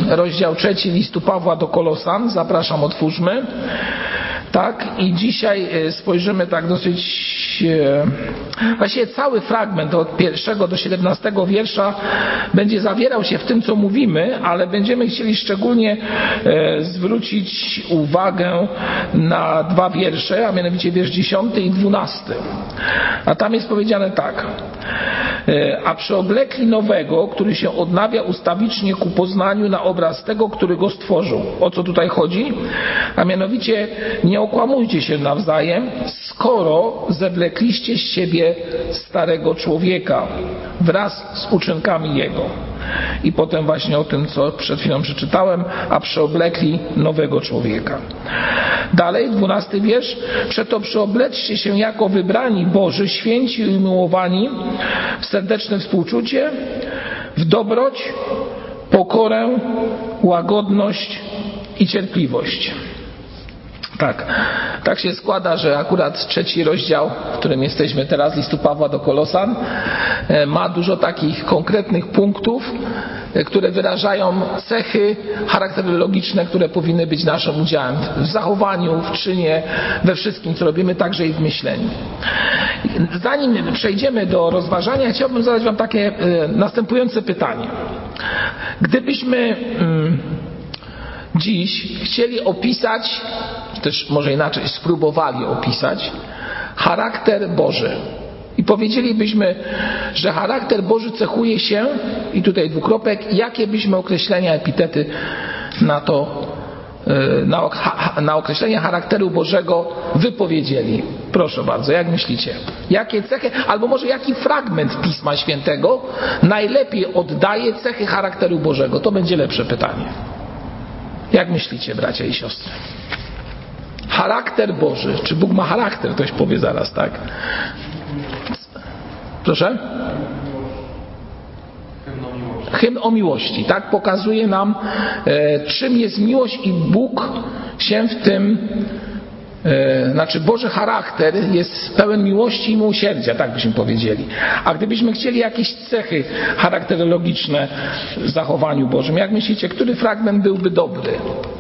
rozdział 3 listu Pawła do Kolosan. Zapraszam, otwórzmy. Tak, i dzisiaj spojrzymy tak dosyć, właściwie cały fragment od 1 do 17 wiersza będzie zawierał się w tym, co mówimy, ale będziemy chcieli szczególnie zwrócić uwagę na 2 wiersze, a mianowicie wiersz 10 i 12. A tam jest powiedziane tak: a przyoblekli nowego, który się odnawia ustawicznie ku poznaniu na obraz tego, który go stworzył. O co tutaj chodzi? A mianowicie nie okłamujcie się nawzajem, skoro zewlekliście z siebie starego człowieka wraz z uczynkami jego. I potem właśnie o tym, co przed chwilą przeczytałem, a przeoblekli nowego człowieka. Dalej, 12 wiersz. Przeto przyobleczcie się jako wybrani Boży, święci i umiłowani, w serdeczne współczucie, w dobroć, pokorę, łagodność i cierpliwość. Tak się składa, że akurat 3 rozdział, w którym jesteśmy teraz, listu Pawła do Kolosan, ma dużo takich konkretnych punktów, które wyrażają cechy charakterologiczne, które powinny być naszym udziałem w zachowaniu, w czynie, we wszystkim, co robimy, także i w myśleniu. Zanim przejdziemy do rozważania, chciałbym zadać wam takie następujące pytanie. Gdybyśmy dziś chcieli opisać, czy też może inaczej spróbowali opisać charakter Boży i powiedzielibyśmy, że charakter Boży cechuje się, i tutaj dwukropek, jakie byśmy określenia, epitety na to, na określenie charakteru Bożego wypowiedzieli? Proszę bardzo, jak myślicie? Jakie cechy, albo może jaki fragment Pisma Świętego najlepiej oddaje cechy charakteru Bożego? To będzie lepsze pytanie. Jak myślicie, bracia i siostry? Charakter Boży. Czy Bóg ma charakter? Ktoś powie zaraz, tak? Proszę? Hymn o miłości, tak? Pokazuje nam, czym jest miłość, i Bóg się w tym, Boży charakter jest pełen miłości i miłosierdzia, tak byśmy powiedzieli. A gdybyśmy chcieli jakieś cechy charakterologiczne w zachowaniu Bożym, jak myślicie, który fragment byłby dobry?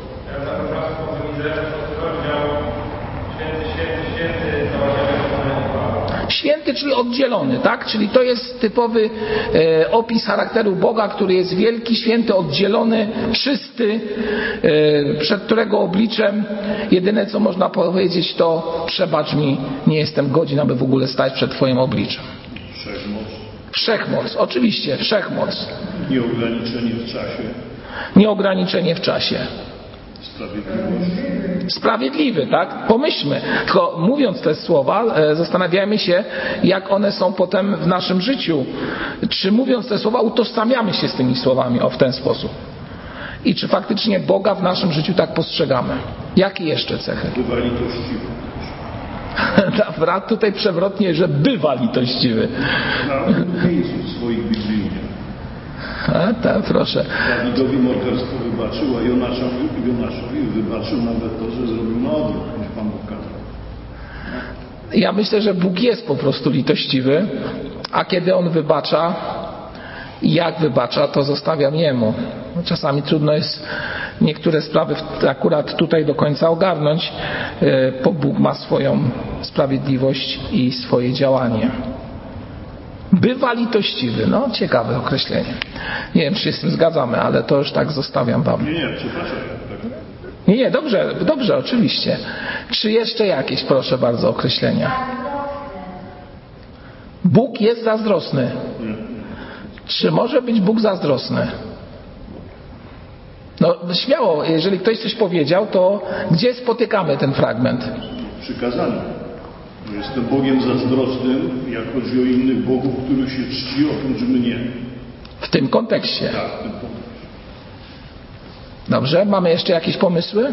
Święty, czyli oddzielony, tak? Czyli to jest typowy opis charakteru Boga, który jest wielki, święty, oddzielony, czysty, przed którego obliczem jedyne, co można powiedzieć, to przebacz mi, nie jestem godzien, aby w ogóle stać przed Twoim obliczem. Wszechmoc, oczywiście, wszechmoc. Nieograniczenie w czasie. Nieograniczenie w czasie. Sprawiedliwy, tak? Pomyślmy. Tylko mówiąc te słowa, zastanawiajmy się, jak one są potem w naszym życiu. Czy mówiąc te słowa utożsamiamy się z tymi słowami w ten sposób? I czy faktycznie Boga w naszym życiu tak postrzegamy? Jakie jeszcze cechy? Bywa litościwy. Brat tutaj przewrotnie, że bywa litościwy. Nie jest w swoich biblijnych. Tak, proszę. Dawidowi morderstwo wybaczył, a Jonaszowi wybaczył nawet to, że zrobił na odwrót, niż Pan Bóg kazał. Ja myślę, że Bóg jest po prostu litościwy, a kiedy On wybacza i jak wybacza, to zostawiam Jemu. Czasami trudno jest niektóre sprawy akurat tutaj do końca ogarnąć, bo Bóg ma swoją sprawiedliwość i swoje działanie. Bywa litościwy. No, ciekawe określenie. Nie wiem, czy się z tym zgadzamy, ale to już tak zostawiam wam. Nie, przepraszam. Nie, dobrze, oczywiście. Czy jeszcze jakieś, proszę bardzo, określenia? Bóg jest zazdrosny. Czy może być Bóg zazdrosny? No, śmiało, jeżeli ktoś coś powiedział, to gdzie spotykamy ten fragment? Przykazanie. Jestem Bogiem zazdrosnym, jak chodzi o innych bogów, których się czci, oprócz mnie. W tym kontekście. Tak, w tym kontekście. Dobrze, mamy jeszcze jakieś pomysły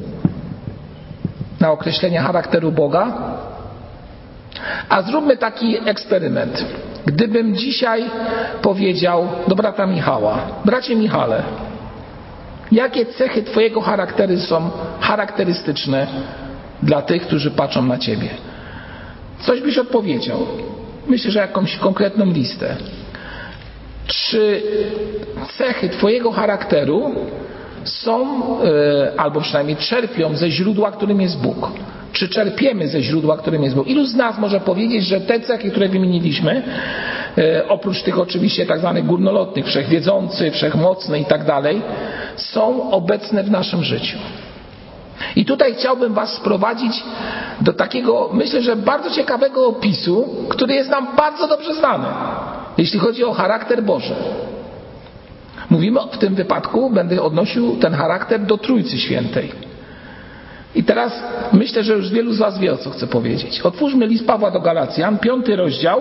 na określenie charakteru Boga? A zróbmy taki eksperyment. Gdybym dzisiaj powiedział do brata Michała: bracie Michale, jakie cechy Twojego charakteru są charakterystyczne dla tych, którzy patrzą na Ciebie? Coś byś odpowiedział. Myślę, że jakąś konkretną listę. Czy cechy Twojego charakteru są, albo przynajmniej czerpią ze źródła, którym jest Bóg. Czy czerpiemy ze źródła, którym jest Bóg? Ilu z nas może powiedzieć, że te cechy, które wymieniliśmy, oprócz tych oczywiście tak zwanych górnolotnych, wszechwiedzący, wszechmocny i tak dalej, są obecne w naszym życiu? I tutaj chciałbym was sprowadzić do takiego, myślę, że bardzo ciekawego opisu, który jest nam bardzo dobrze znany, jeśli chodzi o charakter Boży. Mówimy w tym wypadku, będę odnosił ten charakter do Trójcy Świętej. I teraz myślę, że już wielu z was wie, o co chcę powiedzieć. Otwórzmy list Pawła do Galacjan, 5 rozdział.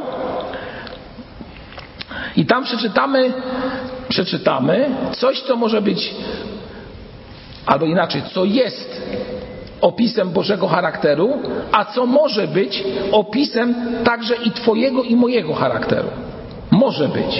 I tam przeczytamy coś, co może być, albo inaczej, co jest opisem Bożego charakteru, a co może być opisem także i twojego i mojego charakteru. Może być.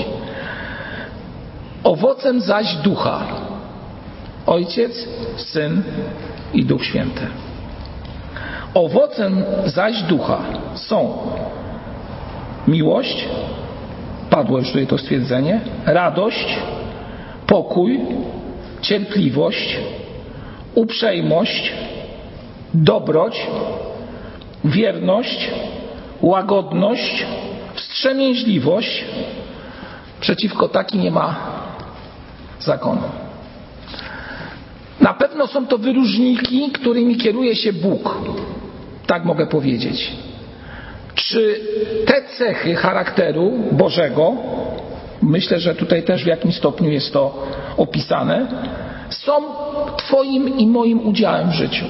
Owocem zaś Ducha. Ojciec, Syn i Duch Święty. Owocem zaś Ducha są miłość, padło już tutaj to stwierdzenie, radość, pokój, cierpliwość, uprzejmość, dobroć, wierność, łagodność, wstrzemięźliwość. Przeciwko takim nie ma zakonu. Na pewno są to wyróżniki, którymi kieruje się Bóg. Tak mogę powiedzieć. Czy te cechy charakteru Bożego, myślę, że tutaj też w jakimś stopniu jest to opisane, są twoim i moim udziałem w życiu.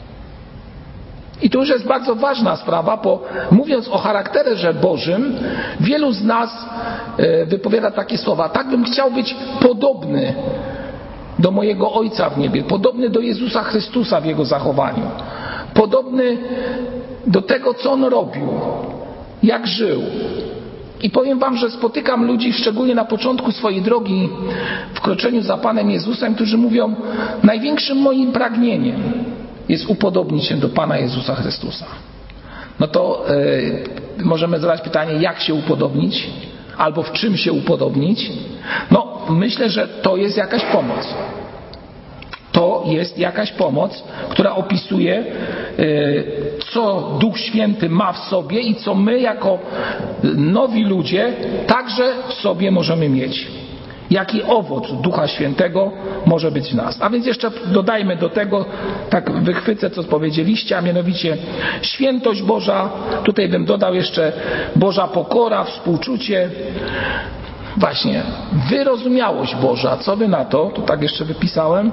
I to już jest bardzo ważna sprawa, bo mówiąc o charakterze Bożym, wielu z nas wypowiada takie słowa: tak bym chciał być podobny do mojego Ojca w niebie, podobny do Jezusa Chrystusa w Jego zachowaniu, podobny do tego, co On robił, jak żył. I powiem wam, że spotykam ludzi, szczególnie na początku swojej drogi w kroczeniu za Panem Jezusem, którzy mówią: największym moim pragnieniem jest upodobnić się do Pana Jezusa Chrystusa. No to możemy zadać pytanie, jak się upodobnić? Albo w czym się upodobnić? No, myślę, że to jest jakaś pomoc. To jest jakaś pomoc, która opisuje, co Duch Święty ma w sobie i co my jako nowi ludzie także w sobie możemy mieć. Jaki owoc Ducha Świętego może być w nas. A więc jeszcze dodajmy do tego, tak wychwycę, co powiedzieliście, a mianowicie świętość Boża. Tutaj bym dodał jeszcze Boża pokora, współczucie. Właśnie, wyrozumiałość Boża. Co wy na to? Tu tak jeszcze wypisałem.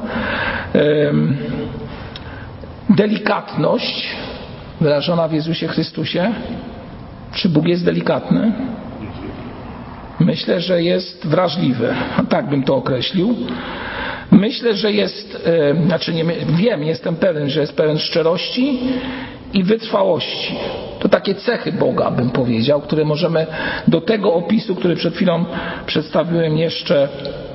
Delikatność wyrażona w Jezusie Chrystusie. Czy Bóg jest delikatny? Myślę, że jest wrażliwy. Tak bym to określił. Myślę, że jest, jestem pewien, że jest pełen szczerości i wytrwałości. To takie cechy Boga, bym powiedział, które możemy do tego opisu, który przed chwilą przedstawiłem, jeszcze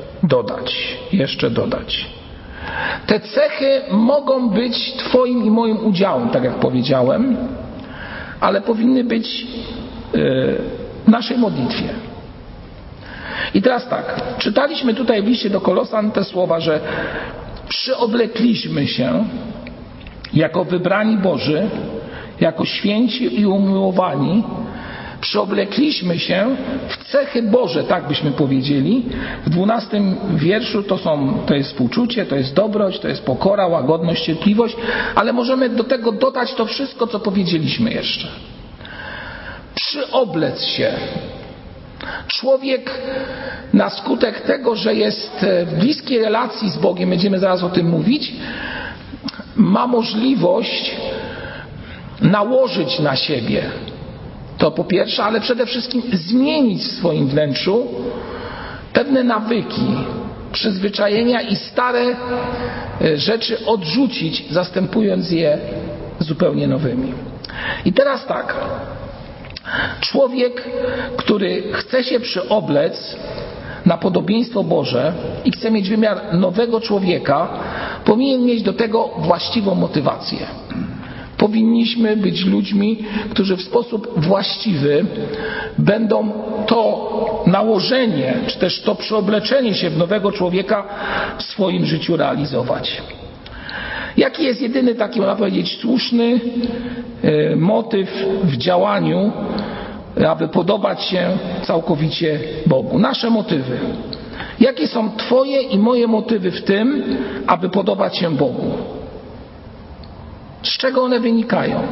dodać. Te cechy mogą być twoim i moim udziałem, tak jak powiedziałem, ale powinny być w naszej modlitwie. I teraz tak, czytaliśmy tutaj w liście do Kolosan te słowa, że przyoblekliśmy się jako wybrani Boży, jako święci i umiłowani, przyoblekliśmy się w cechy Boże, tak byśmy powiedzieli. W 12 wierszu to jest współczucie, to jest dobroć, to jest pokora, łagodność, cierpliwość, ale możemy do tego dodać to wszystko, co powiedzieliśmy jeszcze. Przyoblec się. Człowiek na skutek tego, że jest w bliskiej relacji z Bogiem, będziemy zaraz o tym mówić, ma możliwość nałożyć na siebie to po pierwsze, ale przede wszystkim zmienić w swoim wnętrzu pewne nawyki, przyzwyczajenia i stare rzeczy odrzucić, zastępując je zupełnie nowymi. I teraz tak, człowiek, który chce się przyoblec na podobieństwo Boże i chce mieć wymiar nowego człowieka, powinien mieć do tego właściwą motywację. Powinniśmy być ludźmi, którzy w sposób właściwy będą to nałożenie, czy też to przeobleczenie się w nowego człowieka w swoim życiu realizować. Jaki jest jedyny taki, można powiedzieć, słuszny motyw w działaniu, aby podobać się całkowicie Bogu? Nasze motywy. Jakie są Twoje i moje motywy w tym, aby podobać się Bogu? Z czego one wynikają?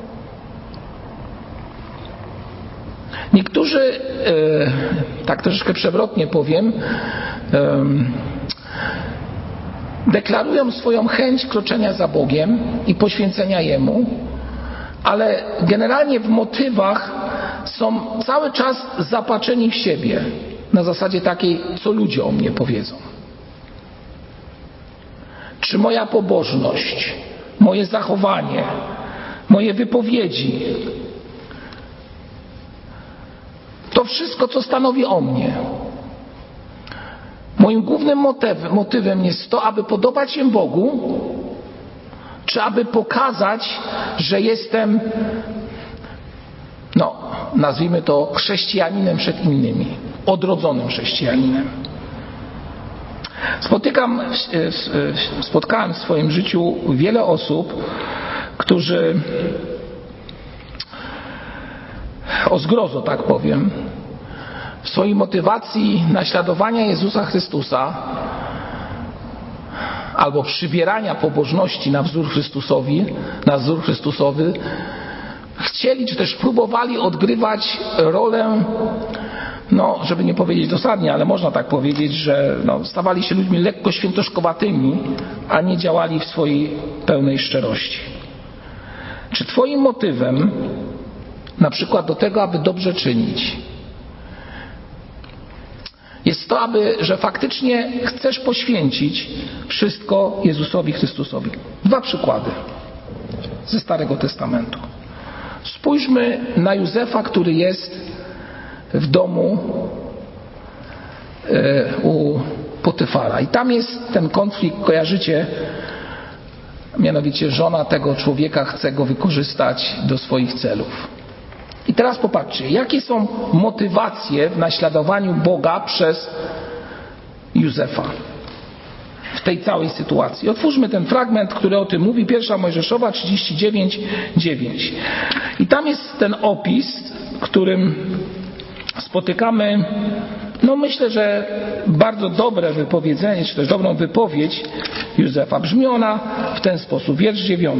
Niektórzy, tak troszeczkę przewrotnie powiem, deklarują swoją chęć kroczenia za Bogiem i poświęcenia Jemu, ale generalnie w motywach są cały czas zapatrzeni w siebie, na zasadzie takiej, co ludzie o mnie powiedzą. Czy moja pobożność, moje zachowanie, moje wypowiedzi, to wszystko, co stanowi o mnie. Moim głównym motywem jest to, aby podobać się Bogu, czy aby pokazać, że jestem, nazwijmy to, chrześcijaninem przed innymi, odrodzonym chrześcijaninem. Spotkałem w swoim życiu wiele osób, którzy, o zgrozo tak powiem, w swojej motywacji naśladowania Jezusa Chrystusa albo przybierania pobożności na wzór Chrystusowy chcieli, czy też próbowali odgrywać rolę, żeby nie powiedzieć dosadnie, ale można tak powiedzieć, że stawali się ludźmi lekko świętoszkowatymi, a nie działali w swojej pełnej szczerości. Czy Twoim motywem, na przykład do tego, aby dobrze czynić, jest to, że faktycznie chcesz poświęcić wszystko Jezusowi Chrystusowi? 2 przykłady ze Starego Testamentu. Spójrzmy na Józefa, który jest w domu u Potyfara. I tam jest ten konflikt, kojarzycie, mianowicie żona tego człowieka chce go wykorzystać do swoich celów. I teraz popatrzcie, jakie są motywacje w naśladowaniu Boga przez Józefa w tej całej sytuacji. Otwórzmy ten fragment, który o tym mówi, 1 Mojżeszowa 39:9. I tam jest ten opis, w którym spotykamy, myślę, że bardzo dobre wypowiedzenie, czy też dobrą wypowiedź Józefa. Brzmi ona w ten sposób, wiersz 9.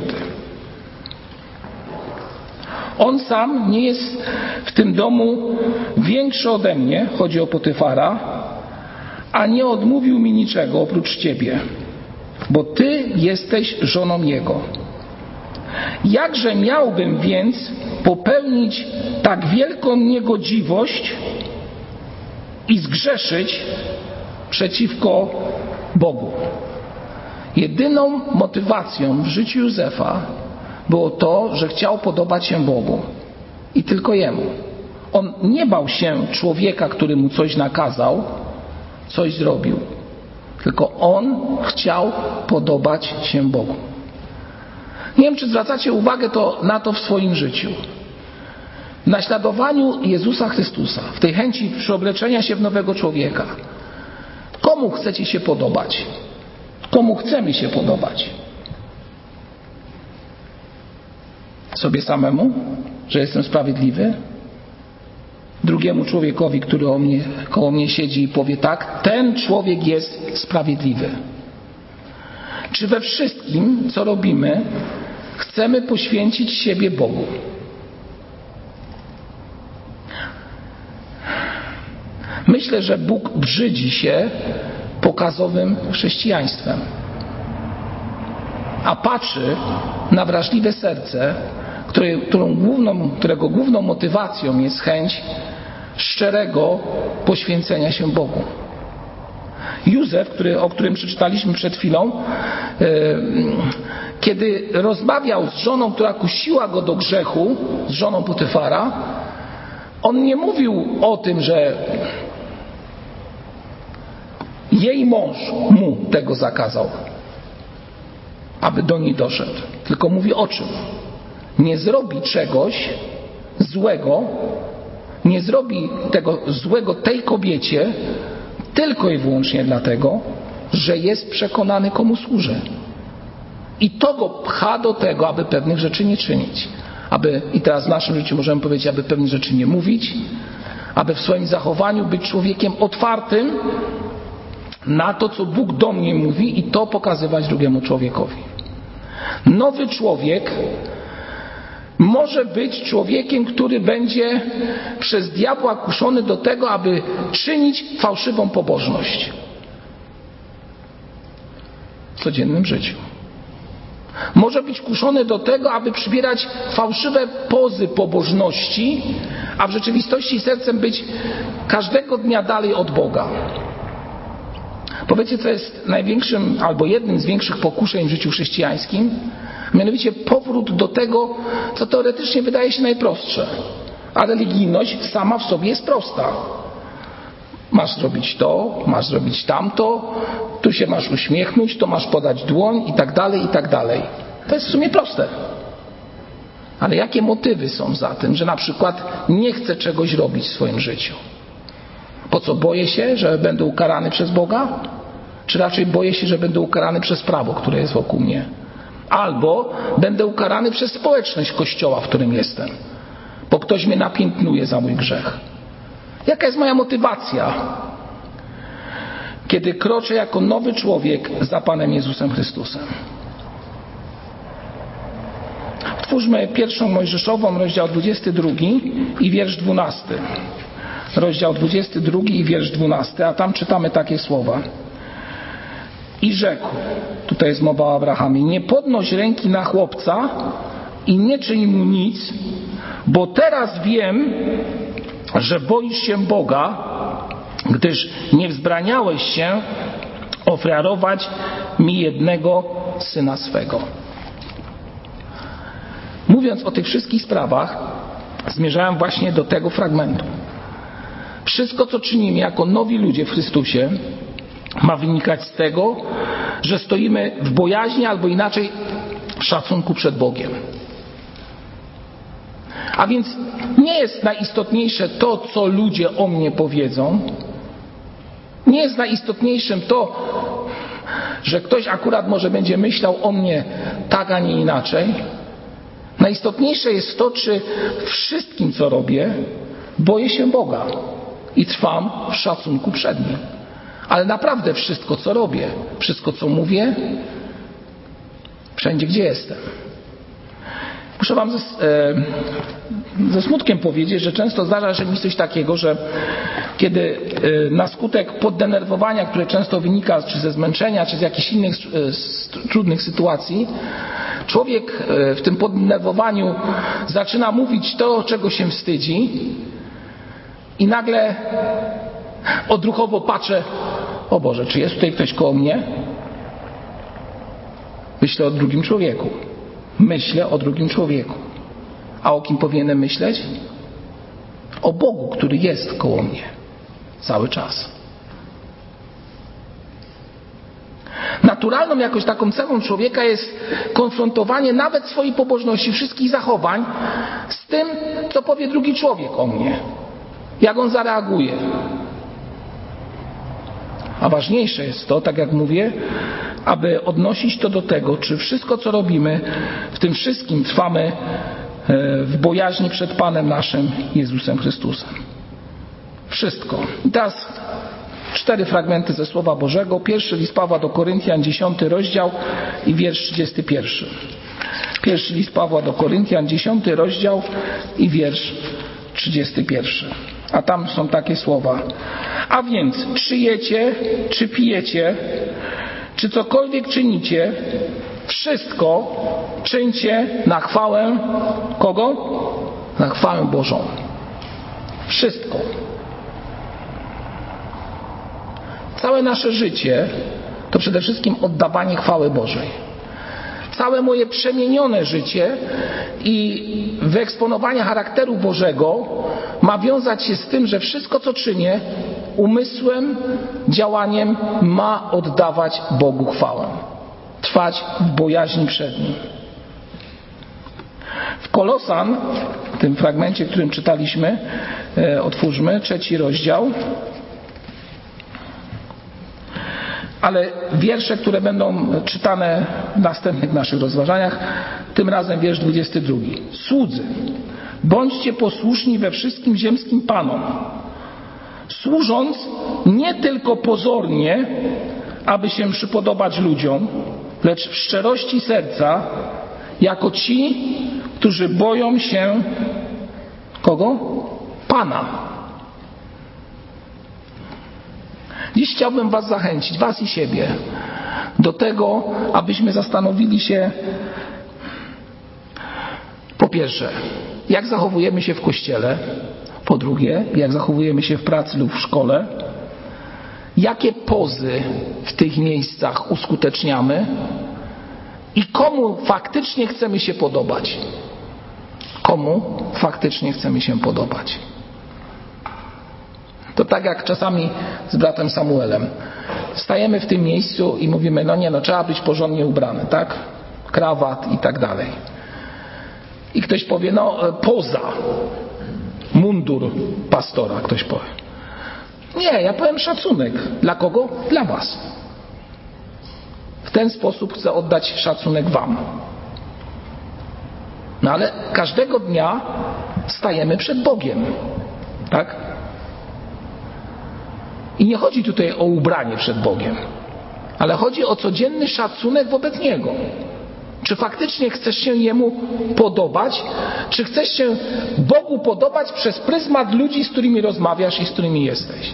On sam nie jest w tym domu większy ode mnie, chodzi o Potyfara, a nie odmówił mi niczego oprócz Ciebie, bo Ty jesteś żoną Jego. Jakże miałbym więc popełnić tak wielką niegodziwość i zgrzeszyć przeciwko Bogu? Jedyną motywacją w życiu Józefa było to, że chciał podobać się Bogu i tylko Jemu. On nie bał się człowieka, który mu coś nakazał, coś zrobił, tylko on chciał podobać się Bogu. Nie wiem, czy zwracacie uwagę na to w swoim życiu. W naśladowaniu Jezusa Chrystusa, w tej chęci przeobleczenia się w nowego człowieka. Komu chcecie się podobać? Komu chcemy się podobać? Sobie samemu, że jestem sprawiedliwy? Drugiemu człowiekowi, który koło mnie siedzi i powie tak, ten człowiek jest sprawiedliwy. Czy we wszystkim, co robimy, chcemy poświęcić siebie Bogu? Myślę, że Bóg brzydzi się pokazowym chrześcijaństwem, a patrzy na wrażliwe serce, którego główną motywacją jest chęć szczerego poświęcenia się Bogu. Józef, o którym przeczytaliśmy przed chwilą, kiedy rozmawiał z żoną, która kusiła go do grzechu, z żoną Potyfara, on nie mówił o tym, że jej mąż mu tego zakazał, aby do niej doszedł. Tylko mówi o czym? nie zrobi czegoś złego, nie zrobi tego złego tej kobiecie tylko i wyłącznie dlatego, że jest przekonany, komu służy. I to go pcha do tego, aby pewnych rzeczy nie czynić. I teraz w naszym życiu możemy powiedzieć, aby pewnych rzeczy nie mówić, aby w swoim zachowaniu być człowiekiem otwartym na to, co Bóg do mnie mówi, i to pokazywać drugiemu człowiekowi. Nowy człowiek może być człowiekiem, który będzie przez diabła kuszony do tego, aby czynić fałszywą pobożność w codziennym życiu. Może być kuszony do tego, aby przybierać fałszywe pozy pobożności, a w rzeczywistości sercem być każdego dnia dalej od Boga. Powiecie, co jest największym albo jednym z większych pokuszeń w życiu chrześcijańskim? Mianowicie powrót do tego, co teoretycznie wydaje się najprostsze. A religijność sama w sobie jest prosta. Masz zrobić to, masz zrobić tamto, tu się masz uśmiechnąć, to masz podać dłoń i tak dalej, i tak dalej. To jest w sumie proste. Ale jakie motywy są za tym, że na przykład nie chcę czegoś robić w swoim życiu? Po co? Boję się, że będę ukarany przez Boga? Czy raczej boję się, że będę ukarany przez prawo, które jest wokół mnie? Albo będę ukarany przez społeczność Kościoła, w którym jestem, bo ktoś mnie napiętnuje za mój grzech. Jaka jest moja motywacja, kiedy kroczę jako nowy człowiek za Panem Jezusem Chrystusem? Otwórzmy 1 Mojżeszową, rozdział 22 i wiersz 12. Rozdział 22 i wiersz 12, a tam czytamy takie słowa. I rzekł, tutaj jest mowa o Abrahamie, nie podnoś ręki na chłopca i nie czyń mu nic, bo teraz wiem, że boisz się Boga, gdyż nie wzbraniałeś się ofiarować mi jednego syna swego. Mówiąc o tych wszystkich sprawach, zmierzałem właśnie do tego fragmentu. Wszystko, co czynimy jako nowi ludzie w Chrystusie, ma wynikać z tego, że stoimy w bojaźni, albo inaczej w szacunku przed Bogiem. A więc nie jest najistotniejsze to, co ludzie o mnie powiedzą. Nie jest najistotniejszym to, że ktoś akurat może będzie myślał o mnie tak, a nie inaczej. Najistotniejsze jest to, czy wszystkim, co robię, boję się Boga i trwam w szacunku przed Nim. Ale naprawdę wszystko, co robię, wszystko, co mówię, wszędzie, gdzie jestem. Muszę wam ze smutkiem powiedzieć, że często zdarza się mi coś takiego, że kiedy na skutek poddenerwowania, które często wynika czy ze zmęczenia, czy z jakichś innych trudnych sytuacji, człowiek w tym poddenerwowaniu zaczyna mówić to, czego się wstydzi, i nagle odruchowo patrzę, o Boże, czy jest tutaj ktoś koło mnie? Myślę o drugim człowieku. Myślę o drugim człowieku. A o kim powinienem myśleć? O Bogu, który jest koło mnie. Cały czas. Naturalną jakoś taką cechą człowieka jest konfrontowanie nawet swojej pobożności, wszystkich zachowań z tym, co powie drugi człowiek o mnie. Jak on zareaguje. A ważniejsze jest to, tak jak mówię, aby odnosić to do tego, czy wszystko, co robimy, w tym wszystkim trwamy w bojaźni przed Panem naszym Jezusem Chrystusem. Wszystko. I teraz 4 fragmenty ze Słowa Bożego. Pierwszy list Pawła do Koryntian, 10 rozdział i wiersz 31. Pierwszy list Pawła do Koryntian, 10 rozdział i wiersz 31. A tam są takie słowa. A więc, czy jecie, czy pijecie, czy cokolwiek czynicie, wszystko czyńcie na chwałę kogo? Na chwałę Bożą. Wszystko. Całe nasze życie to przede wszystkim oddawanie chwały Bożej. Całe moje przemienione życie i wyeksponowanie charakteru Bożego ma wiązać się z tym, że wszystko, co czynię, umysłem, działaniem ma oddawać Bogu chwałę. Trwać w bojaźni przed Nim. W Kolosan, w tym fragmencie, którym czytaliśmy, otwórzmy 3 rozdział. Ale wiersze, które będą czytane w następnych naszych rozważaniach, tym razem wiersz 22. Słudzy, bądźcie posłuszni we wszystkim ziemskim panom, służąc nie tylko pozornie, aby się przypodobać ludziom, lecz w szczerości serca, jako ci, którzy boją się kogo? Pana. Dziś chciałbym was zachęcić, was i siebie, do tego, abyśmy zastanowili się, po pierwsze, jak zachowujemy się w kościele, po drugie, jak zachowujemy się w pracy lub w szkole, jakie pozy w tych miejscach uskuteczniamy i komu faktycznie chcemy się podobać. Komu faktycznie chcemy się podobać. To tak jak czasami z bratem Samuelem. Stajemy w tym miejscu i mówimy, trzeba być porządnie ubrany, tak? Krawat i tak dalej. I ktoś powie, poza. Mundur pastora, ktoś powie. Nie, ja powiem szacunek. Dla kogo? Dla was. W ten sposób chcę oddać szacunek wam. Ale każdego dnia stajemy przed Bogiem. Tak? I nie chodzi tutaj o ubranie przed Bogiem, ale chodzi o codzienny szacunek wobec Niego. Czy faktycznie chcesz się Jemu podobać, czy chcesz się Bogu podobać przez pryzmat ludzi, z którymi rozmawiasz i z którymi jesteś?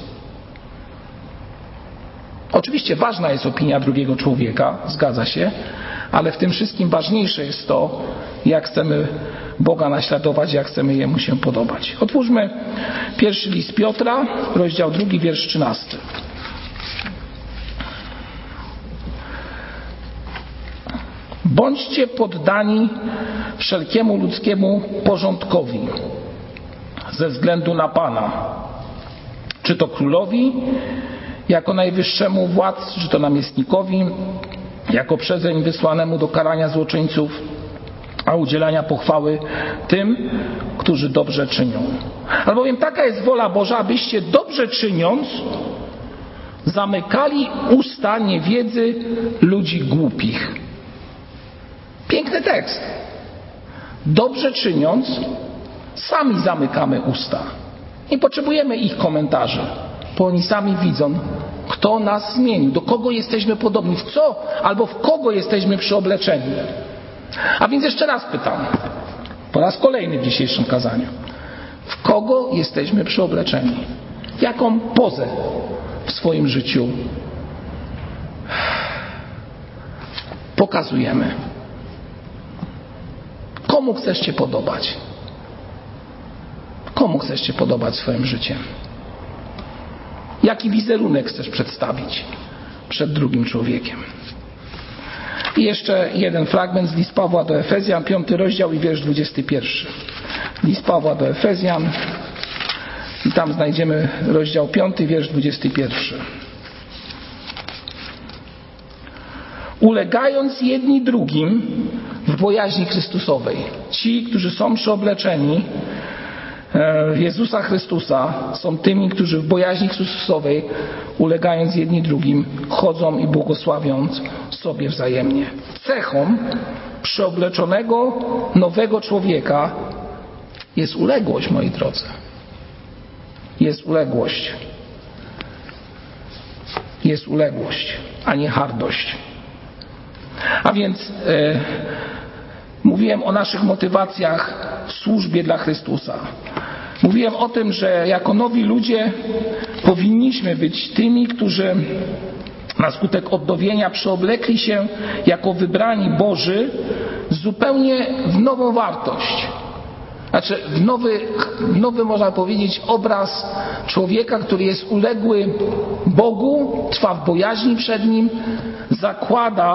Oczywiście ważna jest opinia drugiego człowieka, zgadza się, ale w tym wszystkim ważniejsze jest to, jak chcemy Boga naśladować, jak chcemy Jemu się podobać. Otwórzmy 1 list Piotra, rozdział 2, wiersz 13. Bądźcie poddani wszelkiemu ludzkiemu porządkowi ze względu na Pana. Czy to królowi, jako najwyższemu władcy, czy to namiestnikowi, jako przezeń wysłanemu do karania złoczyńców, a udzielania pochwały tym, którzy dobrze czynią. Albowiem taka jest wola Boża, abyście dobrze czyniąc zamykali usta niewiedzy ludzi głupich. Piękny tekst. Dobrze czyniąc sami zamykamy usta. Nie potrzebujemy ich komentarzy, bo oni sami widzą, kto nas zmienił, do kogo jesteśmy podobni, w co albo w kogo jesteśmy przyobleczeni. A więc jeszcze raz pytam, po raz kolejny w dzisiejszym kazaniu, w kogo jesteśmy przyobleczeni? Jaką pozę w swoim życiu pokazujemy? Komu chcesz się podobać? Komu chcesz się podobać swoim życiem? Jaki wizerunek chcesz przedstawić przed drugim człowiekiem? I jeszcze jeden fragment z List Pawła do Efezjan, 5 rozdział i wiersz 21. List Pawła do Efezjan i tam znajdziemy rozdział 5, wiersz 21. Ulegając jedni drugim w bojaźni Chrystusowej. Ci, którzy są przyobleczeni w Jezusa Chrystusa, są tymi, którzy w bojaźni Chrystusowej, ulegając jedni drugim, chodzą i błogosławiąc sobie wzajemnie. Cechą przeobleczonego nowego człowieka jest uległość, moi drodzy. Jest uległość. Jest uległość, a nie hardość. A więc mówiłem o naszych motywacjach w służbie dla Chrystusa. Mówiłem o tym, że jako nowi ludzie powinniśmy być tymi, którzy na skutek odnowienia przeoblekli się jako wybrani Boży zupełnie w nową wartość. Znaczy w nowy można powiedzieć obraz człowieka, który jest uległy Bogu, trwa w bojaźni przed Nim, zakłada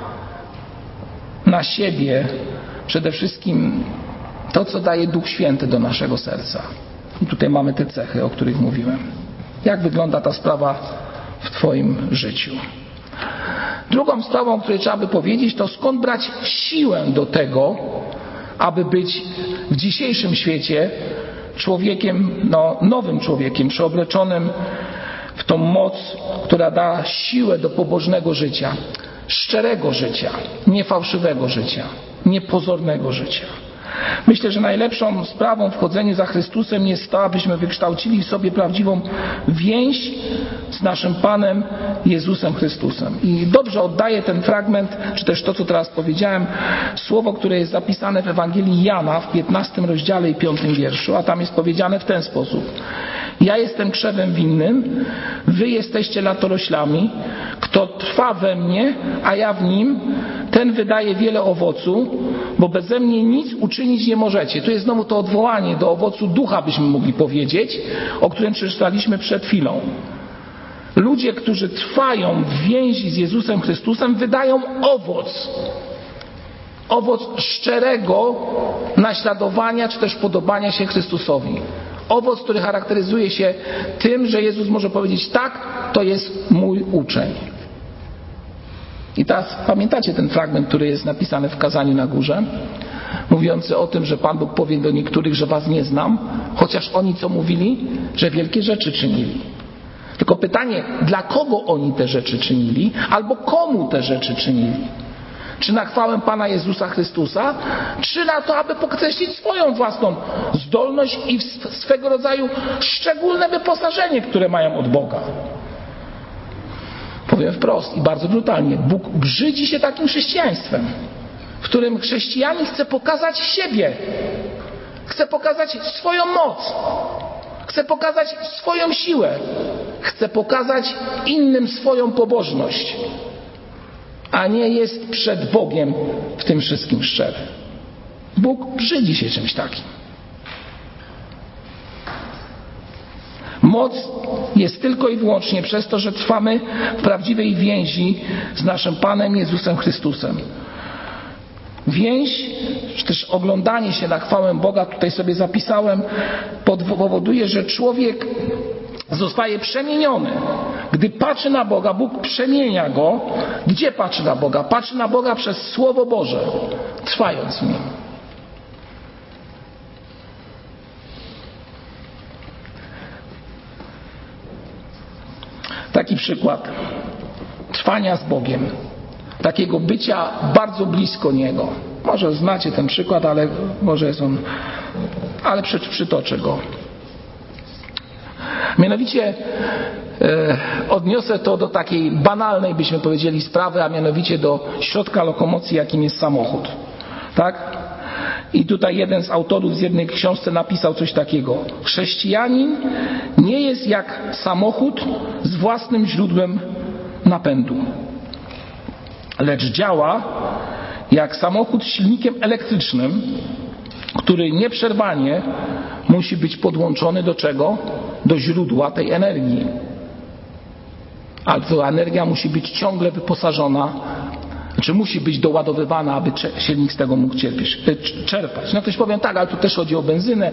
na siebie przede wszystkim to, co daje Duch Święty do naszego serca. I tutaj mamy te cechy, o których mówiłem. Jak wygląda ta sprawa w Twoim życiu? Drugą sprawą, o której trzeba by powiedzieć, to skąd brać siłę do tego, aby być w dzisiejszym świecie człowiekiem, nowym człowiekiem, przeobleczonym w tą moc, która da siłę do pobożnego życia, szczerego życia, niefałszywego życia, niepozornego życia. Myślę, że najlepszą sprawą w chodzeniu za Chrystusem jest to, abyśmy wykształcili w sobie prawdziwą więź z naszym Panem Jezusem Chrystusem. I dobrze oddaję ten fragment, czy też to, co teraz powiedziałem, słowo, które jest zapisane w Ewangelii Jana w 15 rozdziale i 5 wierszu, a tam jest powiedziane w ten sposób. Ja jestem krzewem winnym, wy jesteście latoroślami. Kto trwa we mnie, a ja w nim, ten wydaje wiele owocu, bo beze mnie nic uczynić nie możecie. Tu jest znowu to odwołanie do owocu ducha, byśmy mogli powiedzieć, o którym przeczytaliśmy przed chwilą. Ludzie, którzy trwają w więzi z Jezusem Chrystusem, wydają owoc. Owoc szczerego naśladowania, czy też podobania się Chrystusowi. Owoc, który charakteryzuje się tym, że Jezus może powiedzieć: tak, to jest mój uczeń. I teraz pamiętacie ten fragment, który jest napisany w kazaniu na górze, mówiący o tym, że Pan Bóg powie do niektórych, że was nie znam, chociaż oni co mówili? Że wielkie rzeczy czynili. Tylko pytanie, dla kogo oni te rzeczy czynili, albo komu te rzeczy czynili? Czy na chwałę Pana Jezusa Chrystusa, czy na to, aby podkreślić swoją własną zdolność i swego rodzaju szczególne wyposażenie, które mają od Boga? Powiem wprost i bardzo brutalnie. Bóg brzydzi się takim chrześcijaństwem, w którym chrześcijanin chce pokazać siebie, chce pokazać swoją moc, chce pokazać swoją siłę, chce pokazać innym swoją pobożność, a nie jest przed Bogiem w tym wszystkim szczery. Bóg brzydzi się czymś takim. Moc jest tylko i wyłącznie przez to, że trwamy w prawdziwej więzi z naszym Panem Jezusem Chrystusem. Więź, czy też oglądanie się na chwałę Boga, tutaj sobie zapisałem, powoduje, że człowiek zostaje przemieniony. Gdy patrzy na Boga, Bóg przemienia go. Gdzie patrzy na Boga? Patrzy na Boga przez Słowo Boże, trwając w nim. Taki przykład trwania z Bogiem, takiego bycia bardzo blisko Niego. Może znacie ten przykład, ale może jest on, ale przytoczę go. Mianowicie odniosę to do takiej banalnej, byśmy powiedzieli, sprawy, a mianowicie do środka lokomocji, jakim jest samochód. Tak? I tutaj jeden z autorów z jednej książce napisał coś takiego. Chrześcijanin nie jest jak samochód z własnym źródłem napędu, lecz działa jak samochód z silnikiem elektrycznym, który nieprzerwanie musi być podłączony do czego? Do źródła tej energii. Ale ta energia musi być ciągle wyposażona, czy musi być doładowywana, aby silnik z tego mógł czerpać. No ktoś powie, tak, ale tu też chodzi o benzynę.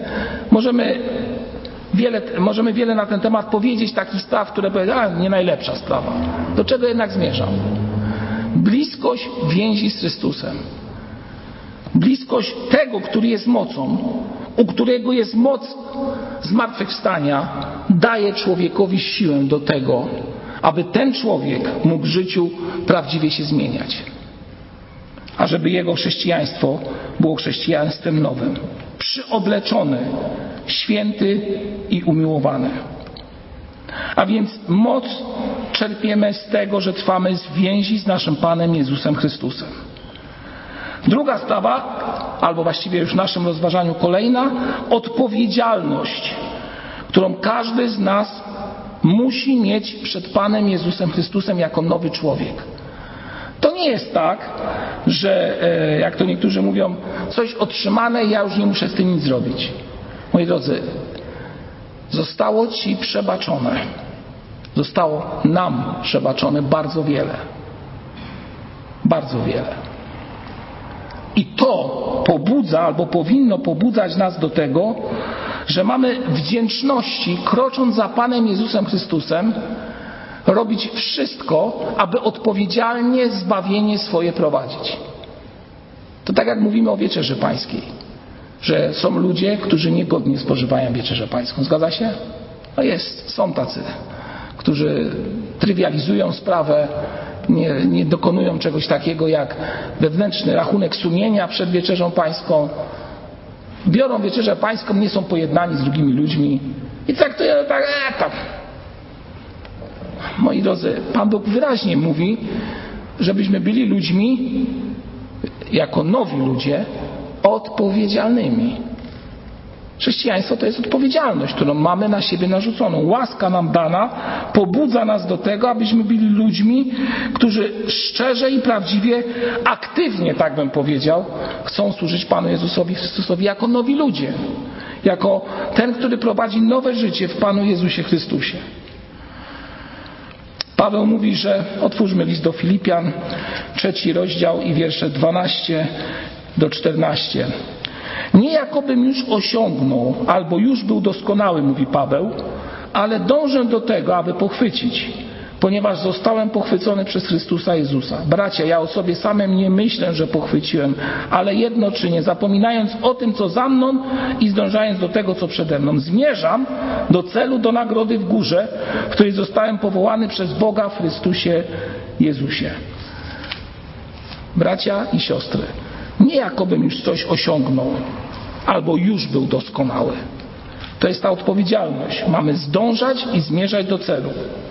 Możemy wiele na ten temat powiedzieć, takich spraw, które powiedzą, nie najlepsza sprawa. Do czego jednak zmierzam? Bliskość więzi z Chrystusem. Bliskość tego, który jest mocą, u którego jest moc zmartwychwstania, daje człowiekowi siłę do tego, aby ten człowiek mógł w życiu prawdziwie się zmieniać. A żeby jego chrześcijaństwo było chrześcijaństwem nowym, przyobleczony, święty i umiłowany. A więc moc czerpiemy z tego, że trwamy w więzi z naszym Panem Jezusem Chrystusem. Druga sprawa, albo właściwie już w naszym rozważaniu kolejna, odpowiedzialność, którą każdy z nas musi mieć przed Panem Jezusem Chrystusem jako nowy człowiek. To nie jest tak, że jak to niektórzy mówią, coś otrzymane i ja już nie muszę z tym nic zrobić. Moi drodzy, zostało Ci przebaczone. Zostało nam przebaczone bardzo wiele. Bardzo wiele. I to pobudza, albo powinno pobudzać nas do tego, że mamy wdzięczności, krocząc za Panem Jezusem Chrystusem, robić wszystko, aby odpowiedzialnie zbawienie swoje prowadzić. To tak jak mówimy o Wieczerzy Pańskiej, że są ludzie, którzy niegodnie spożywają Wieczerzę Pańską. Zgadza się? No są tacy, którzy trywializują sprawę, nie dokonują czegoś takiego jak wewnętrzny rachunek sumienia przed Wieczerzą Pańską. Biorą Wieczerzę Pańską, nie są pojednani z drugimi ludźmi i traktują tak. Moi drodzy, Pan Bóg wyraźnie mówi, żebyśmy byli ludźmi, jako nowi ludzie, odpowiedzialnymi. Chrześcijaństwo to jest odpowiedzialność, którą mamy na siebie narzuconą. Łaska nam dana pobudza nas do tego, abyśmy byli ludźmi, którzy szczerze i prawdziwie, aktywnie, tak bym powiedział, chcą służyć Panu Jezusowi Chrystusowi jako nowi ludzie. Jako ten, który prowadzi nowe życie w Panu Jezusie Chrystusie. Paweł mówi, że otwórzmy list do Filipian, 3 rozdział i wiersze 12 do 14. Nie jakobym już osiągnął, albo już był doskonały, mówi Paweł, ale dążę do tego, aby pochwycić, ponieważ zostałem pochwycony przez Chrystusa Jezusa. Bracia, ja o sobie samym nie myślę, że pochwyciłem, ale jedno czynię, zapominając o tym, co za mną i zdążając do tego, co przede mną. Zmierzam do celu, do nagrody w górze, w której zostałem powołany przez Boga w Chrystusie Jezusie. Bracia i siostry, nie jakobym już coś osiągnął, albo już był doskonały. To jest ta odpowiedzialność. Mamy zdążać i zmierzać do celu.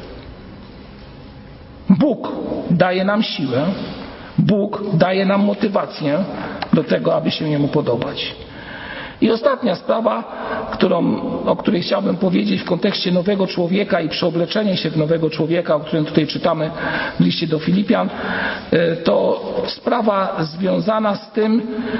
Bóg daje nam siłę, Bóg daje nam motywację do tego, aby się Jemu podobać. I ostatnia sprawa, o której chciałbym powiedzieć w kontekście nowego człowieka i przeobleczenia się w nowego człowieka, o którym tutaj czytamy w liście do Filipian, to sprawa związana z tym,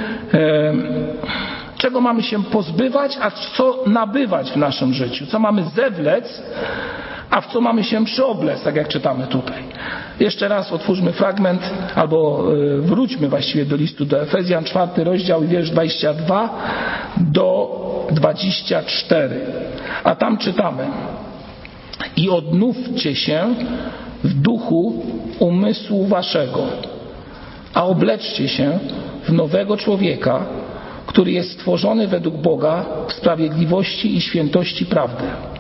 czego mamy się pozbywać, a co nabywać w naszym życiu. Co mamy zewlec, a w co mamy się przyoblec, tak jak czytamy tutaj. Jeszcze raz otwórzmy fragment, albo wróćmy właściwie do listu do Efezjan, 4 rozdział i wiersz 22 do 24. A tam czytamy: i odnówcie się w duchu umysłu waszego, a obleczcie się w nowego człowieka, który jest stworzony według Boga w sprawiedliwości i świętości prawdy.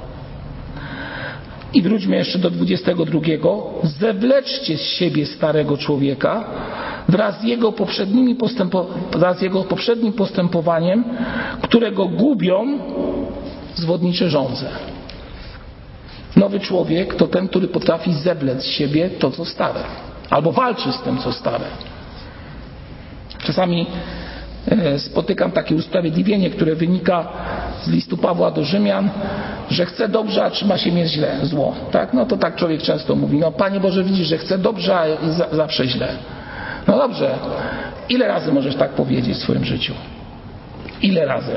I wróćmy jeszcze do 22. Zewleczcie z siebie starego człowieka wraz z jego poprzednim postępowaniem, którego gubią zwodnicze żądze. Nowy człowiek to ten, który potrafi zewlec z siebie to, co stare. Albo walczy z tym, co stare. Czasami spotykam takie usprawiedliwienie, które wynika z listu Pawła do Rzymian, że chce dobrze, a trzyma się mnie zło. Tak? No to tak człowiek często mówi. No Panie Boże, widzisz, że chce dobrze, a zawsze źle. No dobrze. Ile razy możesz tak powiedzieć w swoim życiu? Ile razy?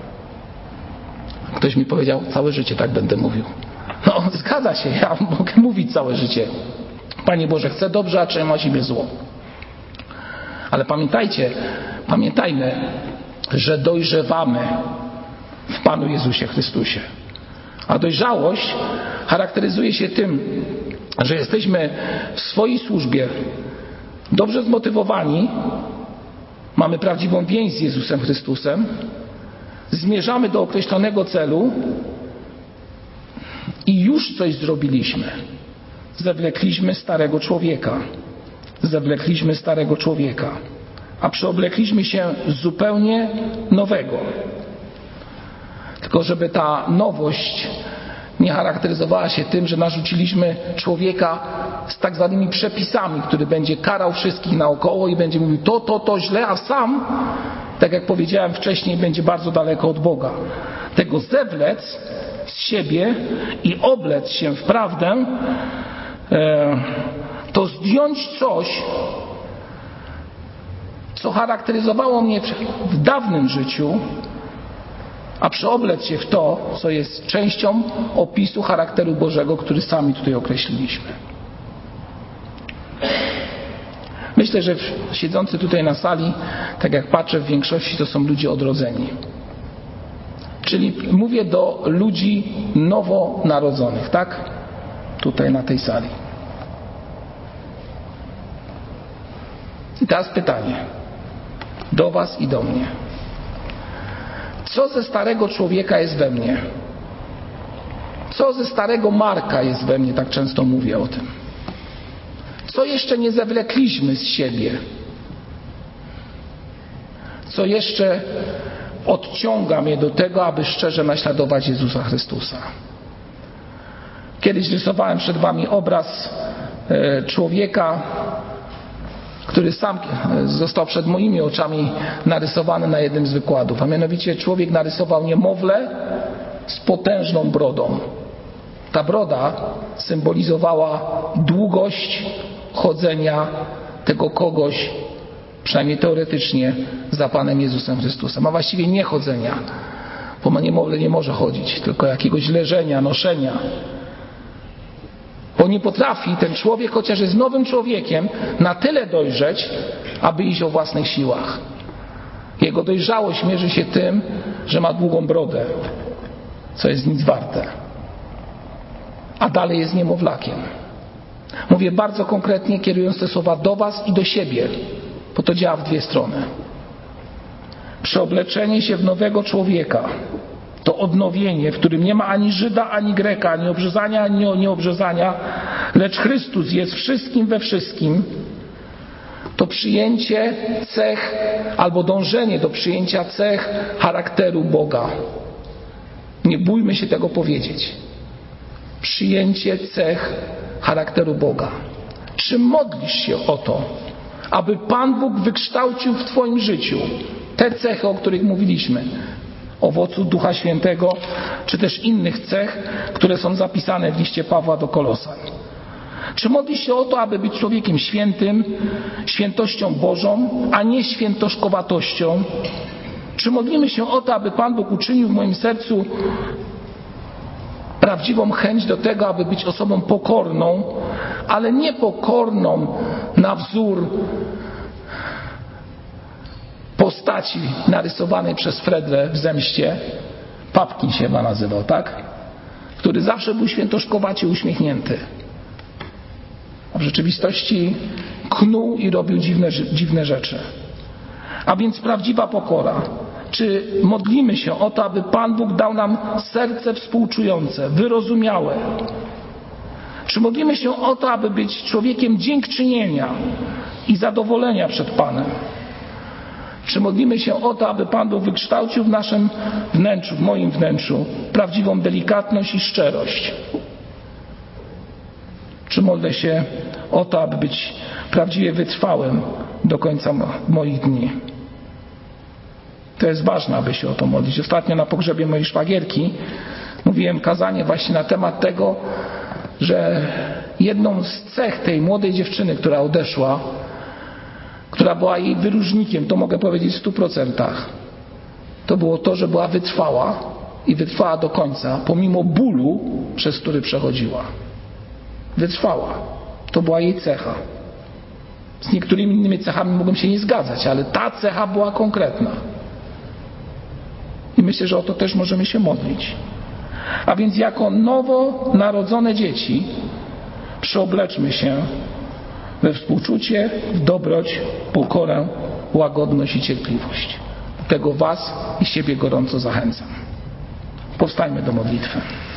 Ktoś mi powiedział, całe życie tak będę mówił. No zgadza się, ja mogę mówić całe życie. Panie Boże, chcę dobrze, a trzyma się mnie zło. Ale pamiętajmy, że dojrzewamy w Panu Jezusie Chrystusie. A dojrzałość charakteryzuje się tym, że jesteśmy w swojej służbie dobrze zmotywowani, mamy prawdziwą więź z Jezusem Chrystusem, zmierzamy do określonego celu i już coś zrobiliśmy. Zewlekliśmy starego człowieka, a przeoblekliśmy się zupełnie nowego. Tylko żeby ta nowość nie charakteryzowała się tym, że narzuciliśmy człowieka z tak zwanymi przepisami, który będzie karał wszystkich naokoło i będzie mówił to źle, a sam, tak jak powiedziałem wcześniej, będzie bardzo daleko od Boga. Tego zewlec z siebie i oblec się w prawdę, to zdjąć coś, co charakteryzowało mnie w dawnym życiu, a przeoblec się w to, co jest częścią opisu charakteru Bożego, który sami tutaj określiliśmy. Myślę, że siedzący tutaj na sali, tak jak patrzę, w większości to są ludzie odrodzeni. Czyli mówię do ludzi nowonarodzonych, tak? Tutaj na tej sali. I teraz pytanie. do was i do mnie. Co ze starego człowieka jest we mnie? Co ze starego Marka jest we mnie? Tak często mówię o tym. Co jeszcze nie zewlekliśmy z siebie? Co jeszcze odciąga mnie do tego, aby szczerze naśladować Jezusa Chrystusa? Kiedyś rysowałem przed wami obraz człowieka, który sam został przed moimi oczami narysowany na jednym z wykładów. A mianowicie człowiek narysował niemowlę z potężną brodą. Ta broda symbolizowała długość chodzenia tego kogoś, przynajmniej teoretycznie, za Panem Jezusem Chrystusem. A właściwie nie chodzenia, bo niemowlę nie może chodzić, tylko jakiegoś leżenia, noszenia. Bo nie potrafi ten człowiek, chociaż jest nowym człowiekiem, na tyle dojrzeć, aby iść o własnych siłach. Jego dojrzałość mierzy się tym, że ma długą brodę, co jest nic warte. A dalej jest niemowlakiem. Mówię bardzo konkretnie, kierując te słowa do was i do siebie, bo to działa w dwie strony. Przeobleczenie się w nowego człowieka to odnowienie, w którym nie ma ani Żyda, ani Greka, ani obrzezania, ani nieobrzezania, lecz Chrystus jest wszystkim we wszystkim. To przyjęcie cech albo dążenie do przyjęcia cech charakteru Boga. Nie bójmy się tego powiedzieć. Przyjęcie cech charakteru Boga. Czy modlisz się o to, aby Pan Bóg wykształcił w twoim życiu te cechy, o których mówiliśmy? Owocu Ducha Świętego, czy też innych cech, które są zapisane w liście Pawła do Kolosan. Czy modlisz się o to, aby być człowiekiem świętym, świętością Bożą, a nie świętoszkowatością? Czy modlimy się o to, aby Pan Bóg uczynił w moim sercu prawdziwą chęć do tego, aby być osobą pokorną, ale nie pokorną na wzór postaci narysowanej przez Fredrę w Zemście, Papkin się chyba nazywał, tak? Który zawsze był świętoszkowacie uśmiechnięty. A w rzeczywistości knuł i robił dziwne rzeczy. A więc prawdziwa pokora. Czy modlimy się o to, aby Pan Bóg dał nam serce współczujące, wyrozumiałe? Czy modlimy się o to, aby być człowiekiem dziękczynienia i zadowolenia przed Panem? Czy modlimy się o to, aby Pan Bóg wykształcił w naszym wnętrzu, w moim wnętrzu, prawdziwą delikatność i szczerość? Czy modlę się o to, aby być prawdziwie wytrwałym do końca moich dni? To jest ważne, aby się o to modlić. Ostatnio na pogrzebie mojej szwagierki mówiłem kazanie właśnie na temat tego, że jedną z cech tej młodej dziewczyny, która odeszła, która była jej wyróżnikiem, to mogę powiedzieć w 100%, to było to, że była wytrwała i wytrwała do końca, pomimo bólu, przez który przechodziła. Wytrwała. To była jej cecha. Z niektórymi innymi cechami mogłem się nie zgadzać, ale ta cecha była konkretna. I myślę, że o to też możemy się modlić. A więc jako nowo narodzone dzieci przeobleczmy się we współczucie, w dobroć, pokorę, łagodność i cierpliwość. Do tego was i siebie gorąco zachęcam. Powstańmy do modlitwy.